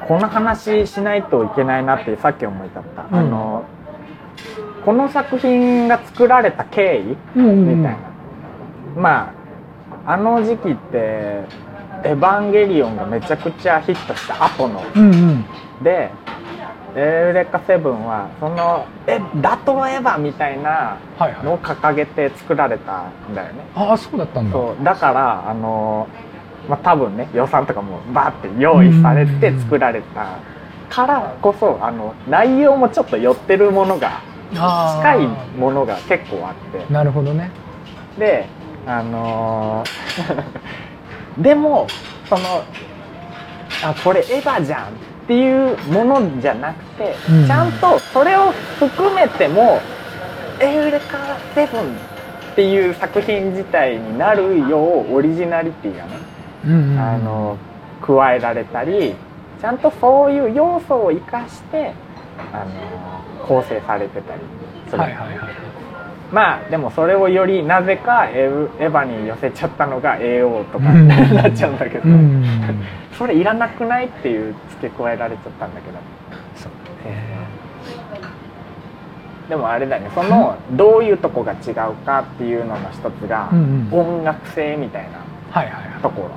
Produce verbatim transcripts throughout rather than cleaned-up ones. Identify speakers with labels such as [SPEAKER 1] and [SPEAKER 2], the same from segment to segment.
[SPEAKER 1] この話しないといけないなってさっき思い立った、うん、あのこの作品が作られた経緯、うんうんうん、みたいな。まああの時期ってエヴァンゲリオンがめちゃくちゃヒットした後の、うんうん、でエウレカセブンはそのえ打倒エヴァみたいなのを掲げて作られたんだよね。
[SPEAKER 2] はいはい、ああそうだったんだ。
[SPEAKER 1] そうだからあの、まあ、多分ね予算とかもバーって用意されて作られたからこそあの内容もちょっと寄ってるものが近いものが結構あって。
[SPEAKER 2] なるほどね。
[SPEAKER 1] であのー、でもそのあこれエヴァじゃんっていうものじゃなくて、うん、ちゃんとそれを含めてもエウレカセブンっていう作品自体になるようオリジナリティがね、うんうんうん、あの加えられたりちゃんとそういう要素を生かしてあの構成されてたりする、はいはいはい、まあでもそれをよりなぜかエヴァに寄せちゃったのが エーオー とかになっちゃうんだけど、うんうん、それいらなくないっていう付け加えられちゃったんだけど、そう、えー、でもあれだね、そのどういうとこが違うかっていうのの一つが音楽性みたいなところ、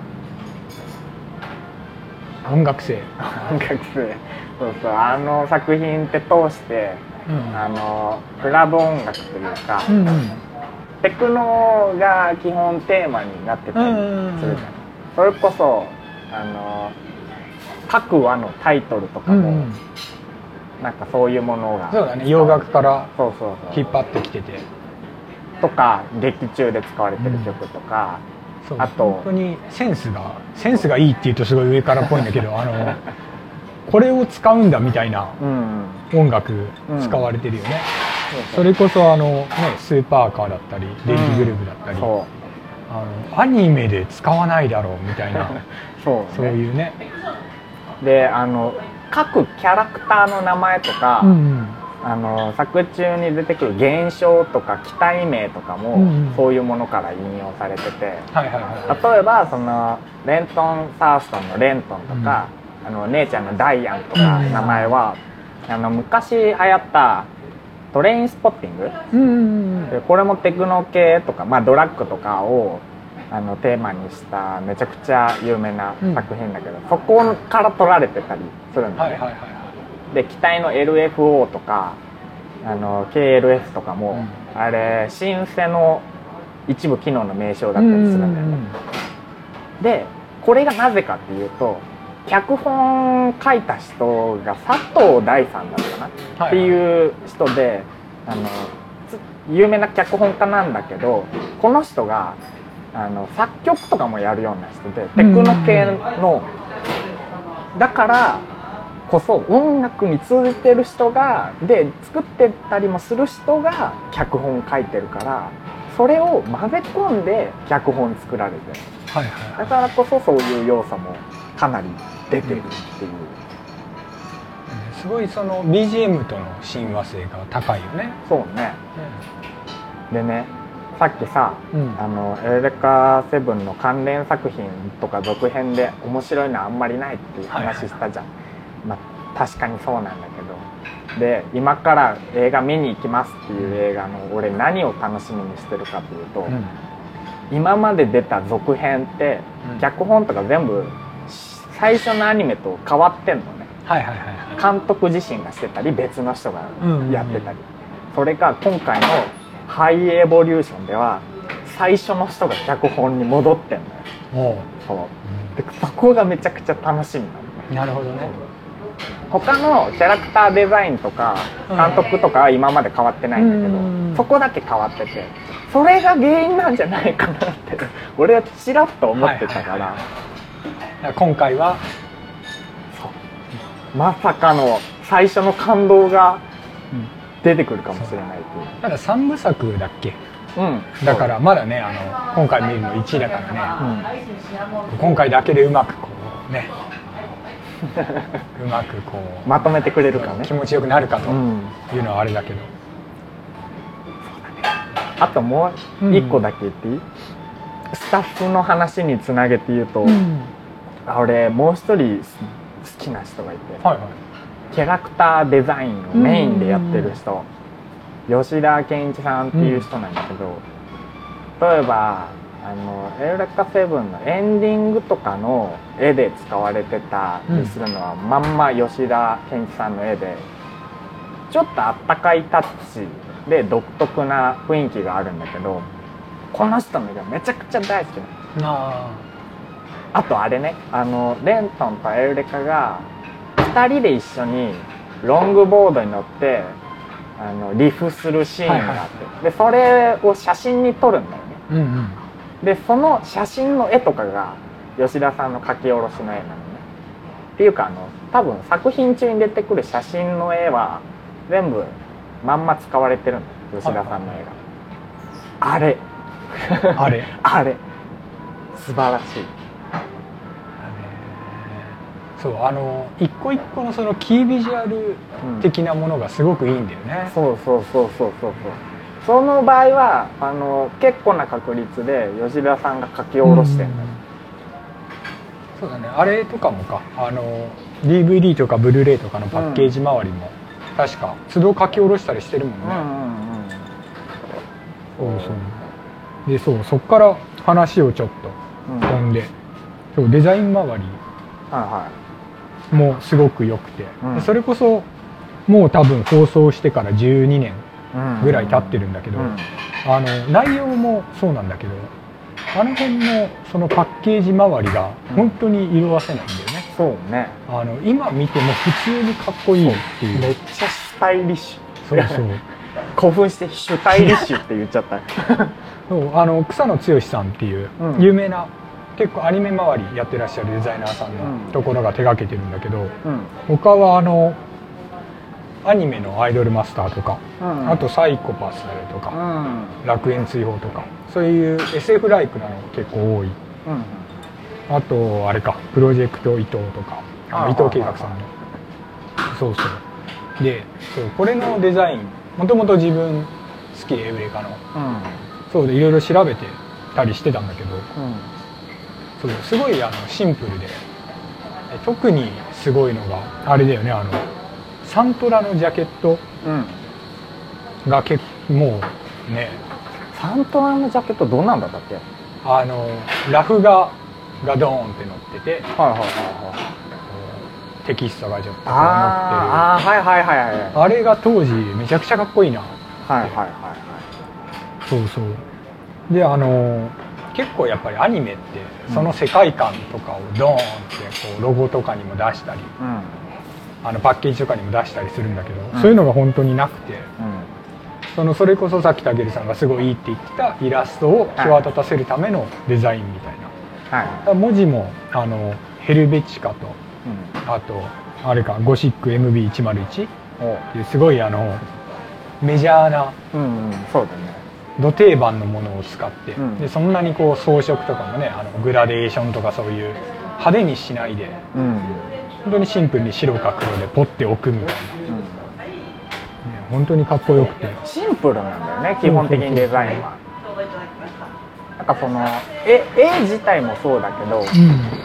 [SPEAKER 2] 音楽性
[SPEAKER 1] 音楽性そうそう、あの作品って通してうん、あのクラブ音楽というか、うんうん、テクノが基本テーマになってたりするじゃん、うんうんうん、それこそあの各話のタイトルとかも、うんうん、なんかそういうものが
[SPEAKER 2] そうだね、洋楽から引っ張ってきてて
[SPEAKER 1] とか劇中で使われてる曲とか、うん、あと
[SPEAKER 2] 本当にセンスがセンスがいいっていうとすごい上からっぽいんだけどあのこれを使うんだみたいな音楽使われてるよね、うんうん、それこそあの、ね、スーパーカーだったりデイリーグルーヴだったり、うん、そうあのアニメで使わないだろうみたいなそう、ね、そういうね
[SPEAKER 1] であの各キャラクターの名前とか、うんうん、あの作中に出てくる現象とか機体名とかも、うんうん、そういうものから引用されてて、はいはいはい、例えばそのレントン・サーストンのレントンとか、うん、あの姉ちゃんのダイアンとか名前は、うん、あの昔流行ったトレインスポッティング、うんうんうん、これもテクノ系とか、まあ、ドラッグとかをあのテーマにしためちゃくちゃ有名な作品だけど、うん、そこから取られてたりするんだね、はいはいはい、で機体の エルエフオー とかあの ケーエルエフ とかも、うん、あれシンセの一部機能の名称だったりするんだよね、うんうんうん、でこれがなぜかっていうと脚本書いた人が佐藤大さんだったかなっていう人で、はいはいはい、あの有名な脚本家なんだけどこの人があの作曲とかもやるような人でテクノ系のだからこそ音楽に通じてる人がで作ってたりもする人が脚本書いてるからそれを混ぜ込んで脚本作られてる、はいはいはい、だからこそそういう要素もかなり出てるっていう、うん、
[SPEAKER 2] すごいその ビージーエム との親和性が高いよね。
[SPEAKER 1] そうね、うん、でねさっきさ、うん、あのエウレカセブンの関連作品とか続編で面白いのはあんまりないっていう話したじゃん、はいはい、まあ、確かにそうなんだけどで今から映画見に行きますっていう映画の俺何を楽しみにしてるかというと、うん、今まで出た続編って脚本とか全部最初のアニメと変わってんのね、はいはいはいはい、監督自身がしてたり別の人がやってたり、うんうんうん、それが今回のハイエボリューションでは最初の人が脚本に戻ってんのよ。そう、うん、でそこがめちゃくちゃ楽しみなの。
[SPEAKER 2] なるほどね。
[SPEAKER 1] 他のキャラクターデザインとか監督とかは今まで変わってないんだけど、うん、そこだけ変わっててそれが原因なんじゃないかなって俺はちらっと思ってたから、はいはいはい、
[SPEAKER 2] 今回は
[SPEAKER 1] そうまさかの最初の感動が出てくるかもしれないっていう。
[SPEAKER 2] たださんぶさくだっけ、うん、だからまだねあの今回見るのいちだからね、うん、今回だけでうまくこうねうまくこう
[SPEAKER 1] まとめてくれるかね
[SPEAKER 2] 気持ちよくなるかというのはあれだけど、うん、
[SPEAKER 1] あともう一個だけ言っていい、うん、スタッフの話につなげて言うと、うん、俺もう一人好きな人がいて、
[SPEAKER 2] はいはい、
[SPEAKER 1] キャラクターデザインをメインでやってる人、吉田健一さんっていう人なんだけど、うん、例えばあのエウレカセブンのエンディングとかの絵で使われてたりするのは、うん、まんま吉田健一さんの絵で、ちょっとあったかいタッチで独特な雰囲気があるんだけど、この人の絵がめちゃくちゃ大好きなの。ああとあれね、あのレントンとエウレカがふたりで一緒にロングボードに乗ってあのリフするシーンがあって、はいはい、でそれを写真に撮るんだよね、うんうん、でその写真の絵とかが吉田さんの描き下ろしの絵なのね。っていうかあの多分作品中に出てくる写真の絵は全部まんま使われてるんだよ、吉田さんの絵が、はいはい、あれあれあれ素晴らしい。
[SPEAKER 2] そうあの一個一個のそのキービジュアル的なものがすごくいいんだよね、
[SPEAKER 1] うん、そうそうそうそうそうそう。その場合はあの結構な確率で吉田さんが書き下ろしてるんだよ、
[SPEAKER 2] うん、そうだね。あれとかもか、あの ディーブイディー とかブルーレイとかのパッケージ周りも、うん、確か都度書き下ろしたりしてるもんね。うんうんうん、そうそうでそうそっから話をちょっと飛んで、うん、そうデザイン周り、はいはいもうすごく良くて、うん、それこそもう多分放送してからじゅうにねんぐらい経ってるんだけど、うんうん、あの内容もそうなんだけど、あの辺のそのパッケージ周りが本当に色あせないんだよね、
[SPEAKER 1] うん、そうね。
[SPEAKER 2] あの今見ても普通にかっこいいっていう、
[SPEAKER 1] めっちゃスタイリッシ
[SPEAKER 2] ュ。そうそう
[SPEAKER 1] 興奮してシュタイリッシュって言っちゃった
[SPEAKER 2] そうあの草野剛さんっていう有名な、うん結構アニメ周りやってらっしゃるデザイナーさんのところが手がけてるんだけど、うん、他はあのアニメのアイドルマスターとか、うん、あとサイコパスとか、うん、楽園追放とかそういう エスエフ ライクなの結構多い、うん、あとあれかプロジェクト伊藤とかあの伊藤計画さんのそうそうでそうこれのデザインもともと自分好きでエウレカの、うん、そうでいろいろ調べてたりしてたんだけど、うんそうすごいあのシンプルで、特にすごいのがあれだよね、あのサントラのジャケットが結構もうね、
[SPEAKER 1] サントラのジャケットどんなんだったっけ？
[SPEAKER 2] あのラフ画がドーンって載ってて、はいはいはいはい、テキストがちょっとこう載ってる、
[SPEAKER 1] ああはいはいはいはい、
[SPEAKER 2] あれが当時めちゃくちゃかっこいいな。
[SPEAKER 1] はいはいはいはい。
[SPEAKER 2] そうそうであの結構やっぱりアニメってその世界観とかをドーンってこうロゴとかにも出したり、うん、あのパッケージとかにも出したりするんだけど、うん、そういうのが本当になくて、うん、そのそれこそさっきたけるさんがすごいいいって言ってたイラストを際立たせるためのデザインみたいな、はい、文字もあのヘルベチカと、あとあれかゴシック エムビーいちまるいち っていうすごいあのメジャーな、
[SPEAKER 1] うんうん、そうだね
[SPEAKER 2] 土定番のものを使って、うん、でそんなにこう装飾とかもねあのグラデーションとかそういう派手にしないで、うん、本当にシンプルに白か黒でポッて置くみたいな、うんね、本当にかっこよくて
[SPEAKER 1] シンプルなんだよね基本的にデザインは。なんかその絵, 絵自体もそうだけど、うん、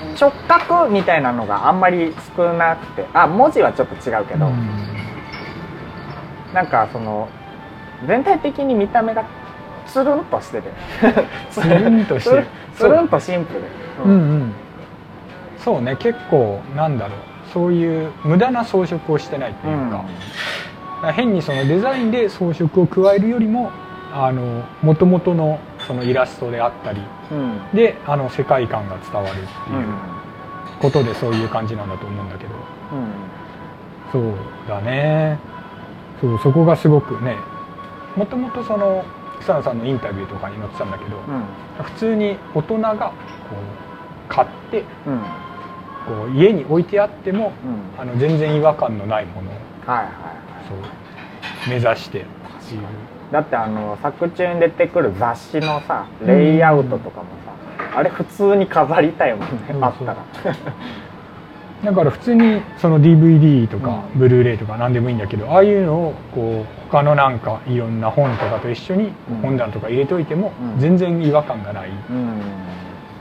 [SPEAKER 1] 直角みたいなのがあんまり少なくて、あ文字はちょっと違うけど、うん、なんかその全体的に見た目がつるんとしてて
[SPEAKER 2] つるんとしてる
[SPEAKER 1] つるんとシンプル、
[SPEAKER 2] うんうんうん、そうね結構なんだろうそういう無駄な装飾をしてないっていうか、うん、変にそのデザインで装飾を加えるよりもあの元々のそのイラストであったり、うん、であの世界観が伝わるっていうことでそういう感じなんだと思うんだけど、うん、そうだねそうそこがすごくねもともとその草野さんのインタビューとかに載ってたんだけど、うん、普通に大人がこう買って、うん、こう家に置いてあっても、うん、あの全然違和感のないものを、はいはいはい、そう目指してっていう。
[SPEAKER 1] だってあの作中に出てくる雑誌のさレイアウトとかもさ、うん、あれ普通に飾りたいもんね、うん、あったら
[SPEAKER 2] だから普通にその ディーブイディー とかブルーレイとか何でもいいんだけど、ああいうのをこう他のなんかいろんな本とかと一緒に本棚とか入れといても全然違和感がない、うん、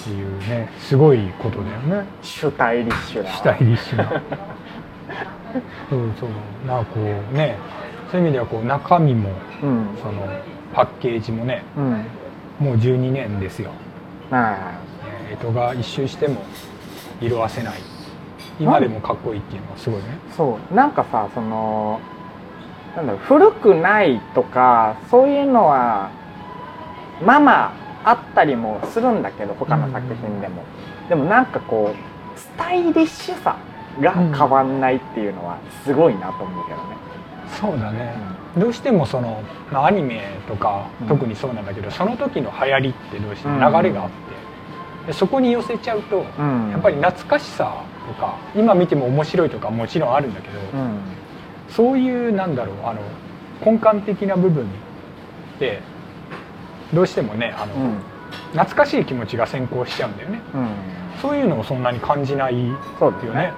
[SPEAKER 2] っていうね、すごいことだよね。
[SPEAKER 1] シュタイリッシュな
[SPEAKER 2] シュタイリッシュなそうそう、なんかこうね、そういう意味ではこう中身も、うん、そのパッケージもね、うん、もうじゅうにねんですよ。干支が一周しても色あせない、今でもかっこいいっていうのはすごいね。
[SPEAKER 1] そうなんかさ、そのなんだろう、古くないとかそういうのはまあまああったりもするんだけど、他の作品でも、うん、でもなんかこうスタイリッシュさが変わんないっていうのはすごいなと思うけどね。
[SPEAKER 2] そうだね、うん、どうしてもその、まあ、アニメとか特にそうなんだけど、うん、その時の流行りってどうしても流れがあって、うん、でそこに寄せちゃうと、うん、やっぱり懐かしさとか今見ても面白いとかもちろんあるんだけど、うん、そういうなんだろう、あの根幹的な部分でどうしてもね、あの、うん、懐かしい気持ちが先行しちゃうんだよね、うん、そういうのをそんなに感じないっていうね。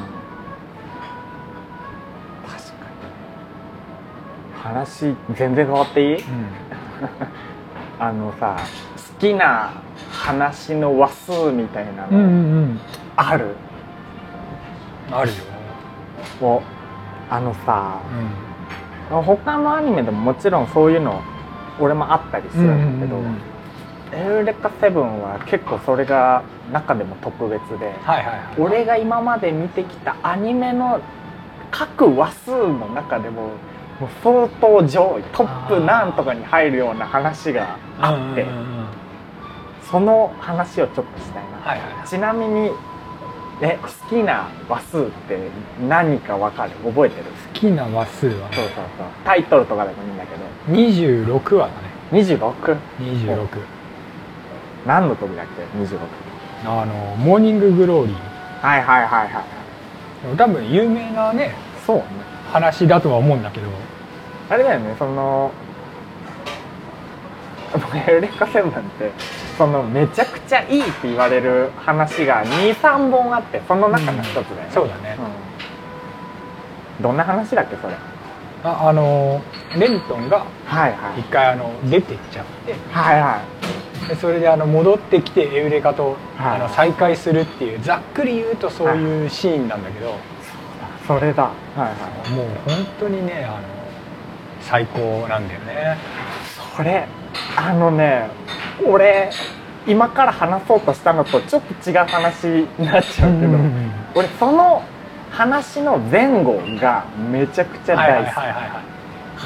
[SPEAKER 1] 話全然変わっていい？うん、あのさ、好きな話の話数みたいなのある？
[SPEAKER 2] うんうん、あるよ。
[SPEAKER 1] お、あのさ、うん、他のアニメでももちろんそういうの俺もあったりするんだけど、エウレカセブンは結構それが中でも特別で、はいはいはい、俺が今まで見てきたアニメの各話数の中でももう相当上位トップなんとかに入るような話があって、その話をちょっとしたいな、はいはい、ちなみにえ好きな話数って何か分かる？覚えてる？
[SPEAKER 2] 好きな話数は、ね、
[SPEAKER 1] そうそうそう、タイトルとかでもいいんだけど
[SPEAKER 2] にじゅうろくわだね。
[SPEAKER 1] にじゅうろく？
[SPEAKER 2] にじゅうろく
[SPEAKER 1] 何の時だっけ？にじゅうろく
[SPEAKER 2] あのモーニンググローリー。
[SPEAKER 1] はいはいはいはい。
[SPEAKER 2] 多分有名なね、
[SPEAKER 1] そうね、
[SPEAKER 2] 話だとは思うんだけど、
[SPEAKER 1] あれだよね、そのエウレカセブンってそのめちゃくちゃいいって言われる話がにさんぼんあって、その中の一つだよね、うん、
[SPEAKER 2] そうだね、
[SPEAKER 1] うん、どんな話だっけそれ？
[SPEAKER 2] あ、あのレントンが一回あの出てっちゃって、はいはい、でそれであの戻ってきてエウレカと、はい、あの再会するっていう、ざっくり言うとそういうシーンなんだけど、はい、
[SPEAKER 1] それだ、はいはい、
[SPEAKER 2] もう本当にね、あの最高なんだよね。
[SPEAKER 1] それあのね、俺今から話そうとしたのとちょっと違う話になっちゃうけど、うんうんうん、俺その話の前後がめちゃくちゃ大好き。はいはいはいはい、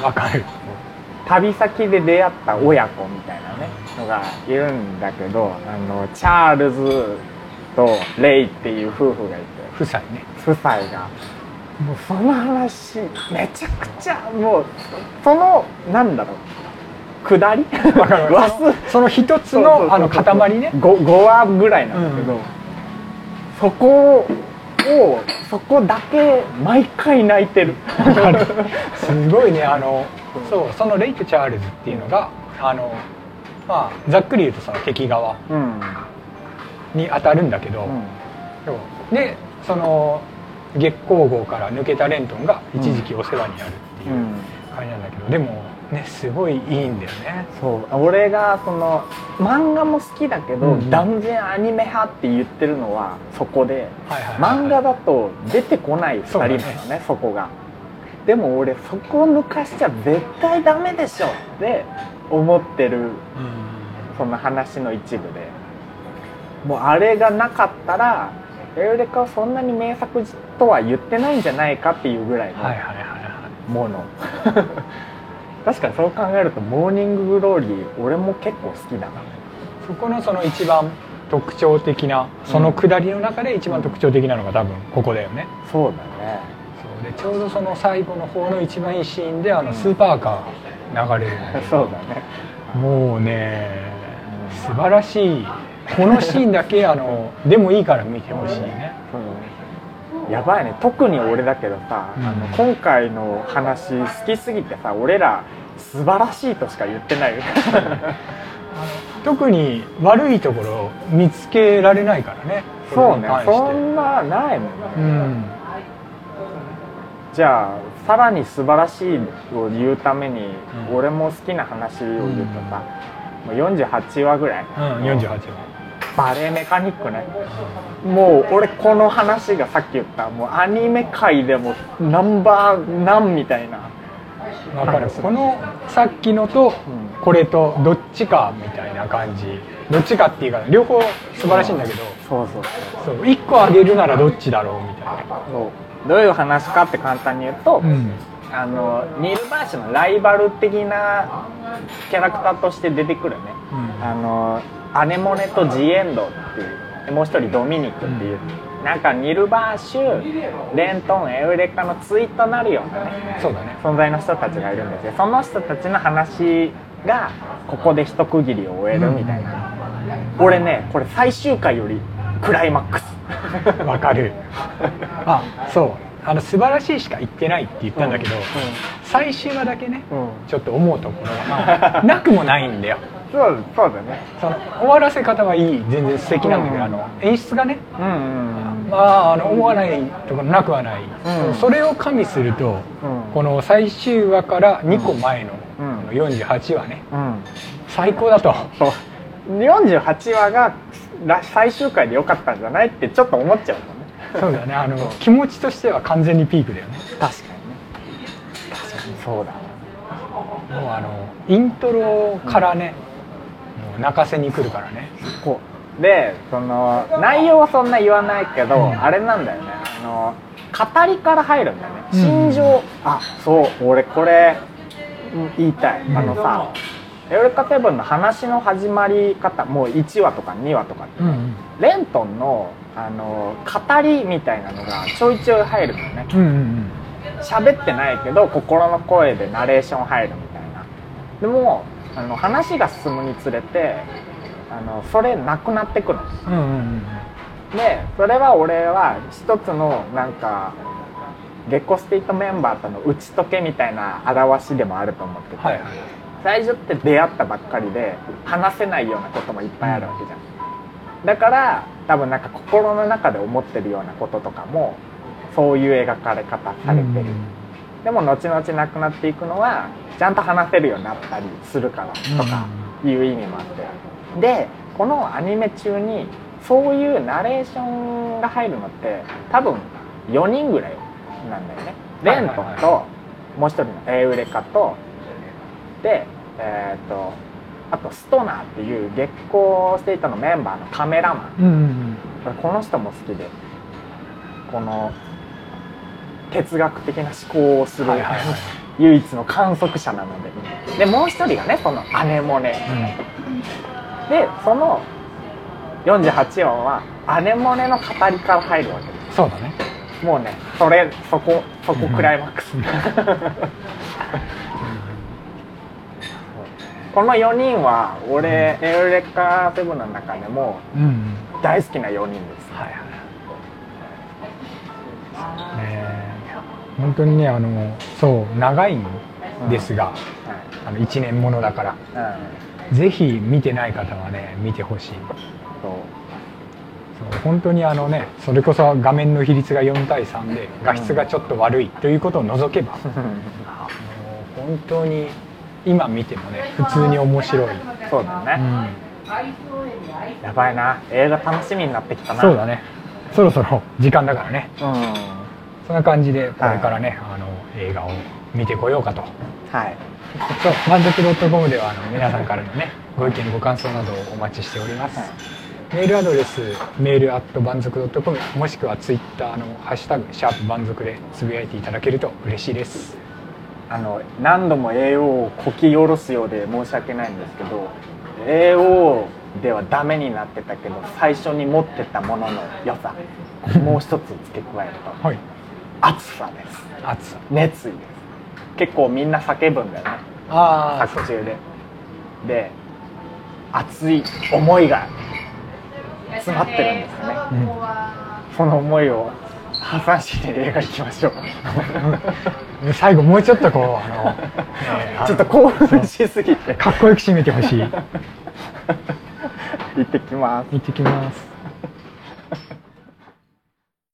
[SPEAKER 2] わかる。
[SPEAKER 1] 旅先で出会った親子みたいなねのがいるんだけど、あのチャールズとレイっていう夫婦がいて、
[SPEAKER 2] 夫妻ね、
[SPEAKER 1] 夫妻がもうその話めちゃくちゃもうそのなんだろう下り
[SPEAKER 2] その一つのあの塊ね、
[SPEAKER 1] ご, ごわぐらいなんだけど、うん、そこをそこだけ毎回泣いてる
[SPEAKER 2] すごいね、あのそうそのレイとチャールズっていうのがあの、まあ、ざっくり言うとその敵側に当たるんだけど、うん、でその月光号から抜けたレントンが一時期お世話になるっていう感じなんだけど、でもね、すごいいいんだよね。
[SPEAKER 1] そう俺がその漫画も好きだけど、うん、断然アニメ派って言ってるのはそこで、はいはいはいはい、漫画だと出てこないふたりなのね、 そ, ねそこが。でも俺そこを抜かしちゃ絶対ダメでしょって思ってる、うん、その話の一部で、もうあれがなかったらエウレカはそんなに名作とは言ってないんじゃないかっていうぐらいのもの。確かにそう考えるとモーニンググローリー俺も結構好きだな。
[SPEAKER 2] そこのその一番特徴的なその下りの中で一番特徴的なのが多分ここだよね、
[SPEAKER 1] うん、そうだね。
[SPEAKER 2] そうでちょうどその最後の方の一番いいシーンであのスーパーカー流れる、
[SPEAKER 1] うん、そうだね。
[SPEAKER 2] もうね、素晴らしい。このシーンだけあのでもいいから見てほしいね、
[SPEAKER 1] うん、やばいね。特に俺だけどさ、うん、あの今回の話好きすぎてさ、俺ら素晴らしいとしか言ってない
[SPEAKER 2] 特に悪いところ見つけられないからね。
[SPEAKER 1] そうね、そんなないもんね、うん、じゃあさらに素晴らしいを言うために、うん、俺も好きな話を言うとさ、うん、よんじゅうはちわぐらい、
[SPEAKER 2] うん、よんじゅうはちわ
[SPEAKER 1] バレエメカニックね。もう俺この話がさっき言ったもうアニメ界でもナンバーナンみたいな。
[SPEAKER 2] わかる。このさっきのとこれとどっちかみたいな感じ。どっちかっていうか両方素晴らしいんだけど、
[SPEAKER 1] そうそう
[SPEAKER 2] そうそういっこあげるならどっちだろうみたいな。
[SPEAKER 1] そうどういう話かって簡単に言うと、うん、あのニール・バーシュのライバル的なキャラクターとして出てくるね、うん、あのアネモネとジエンドっていうもう一人ドミニクっていう、うん、なんかニル・バーシュ、レントン、エウレカの対となるようなね、
[SPEAKER 2] そうだね、
[SPEAKER 1] 存在の人たちがいるんですよ。その人たちの話がここで一区切りを終えるみたいな、うん、俺ねこれ最終回よりクライマックス
[SPEAKER 2] わかる。あ、そうあの素晴らしいしか言ってないって言ったんだけど、うんうん、最終話だけね、うん、ちょっと思うところはなくもないんだよ。
[SPEAKER 1] そうそうだね。
[SPEAKER 2] その終わらせ方はいい、全然素敵なんだけど、うん、あの演出がね、うんうん、まああの思わないところなくはない、うん、それを加味すると、うん、この最終話からにこまえの、うん、よんじゅうはちわね、うん、最高だと。
[SPEAKER 1] よんじゅうはちわが最終回で良かったんじゃないってちょっと思っちゃうのね。
[SPEAKER 2] そうだね、あの気持ちとしては完全にピークだよね。
[SPEAKER 1] 確かにね、確かにそうだ。
[SPEAKER 2] もうあのイントロからね、うん、もう泣かせに来るからね。
[SPEAKER 1] こうでその内容はそんな言わないけど、うん、あれなんだよね、あの語りから入るんだよね、うん、心情。あ、そう俺これ言いたい、うん、あのさ、エウレカセブンの話の始まり方もういちわとかにわとかって、うんうん、レントンのあの語りみたいなのがちょいちょい入るのよね。うんうんうん、喋ってないけど心の声でナレーション入るみたいな。でもあの話が進むにつれてあのそれなくなってくるの、うんうんうん、でそれは俺は一つのなんかゲッコスティットメンバーとの打ち解けみたいな表しでもあると思ってて、はいはい、最初って出会ったばっかりで話せないようなこともいっぱいあるわけじゃん。だから多分なんか心の中で思ってるようなこととかもそういう描かれ方されてる、うん、でも後々なくなっていくのはちゃんと話せるようになったりするからとかいう意味もあって、うん、でこのアニメ中にそういうナレーションが入るのって多分よにんぐらいなんだよね。レントンともう一人のエウレカとでえっとあとストナーっていう月光ステートのメンバーのカメラマン、うんうんうん、この人も好きでこの哲学的な思考をする、はいはいはい、唯一の観測者なので、でもう一人がねそのアネモネ、うん、でそのよんじゅうはちわはアネモネの語りから入るわけです。
[SPEAKER 2] そうだね、
[SPEAKER 1] もうねそれそこそこクライマックス、うんこのよにんは俺、うん、エウレカセブンの中でも大好きなよにんです、うん、はい
[SPEAKER 2] はい、ね、本当にねあのそう長いんですが、うんはい、あのいちねんものだから、うん、ぜひ見てない方はね見てほしい。そうそう本当にあのねそれこそ画面の比率がよんたいさんで画質がちょっと悪いということを除けば、うん、あの本当に今見てもね普通に面白い。
[SPEAKER 1] そうだね、うん、やばいな、映画楽しみになってきたな。
[SPEAKER 2] そうだね、そろそろ時間だからね、うん、そんな感じでこれからね、はい、あの映画を見てこようかと。はい、そう満足 .com ではあの皆さんからのねご意見ご感想などをお待ちしております、はい、メールアドレスメールアット満足 .com もしくはツイッターのハッシュタグシャープ満足でつぶやいていただけると嬉しいです。
[SPEAKER 1] あの何度も エーオー をこき下ろすようで申し訳ないんですけど エーオー ではダメになってたけど最初に持ってたものの良さもう一つ付け加えると、はい、熱さです。
[SPEAKER 2] 熱さ、
[SPEAKER 1] 熱意です。結構みんな叫ぶんだよね、あ作中で。で熱い思いが詰まってるんですよね、うん、その思いを破産して描きましょう
[SPEAKER 2] 最後もうちょっとこうあの、
[SPEAKER 1] えー、ちょっと興奮しすぎて
[SPEAKER 2] かっこよく締めてほしい
[SPEAKER 1] 行ってきます
[SPEAKER 2] 行ってきます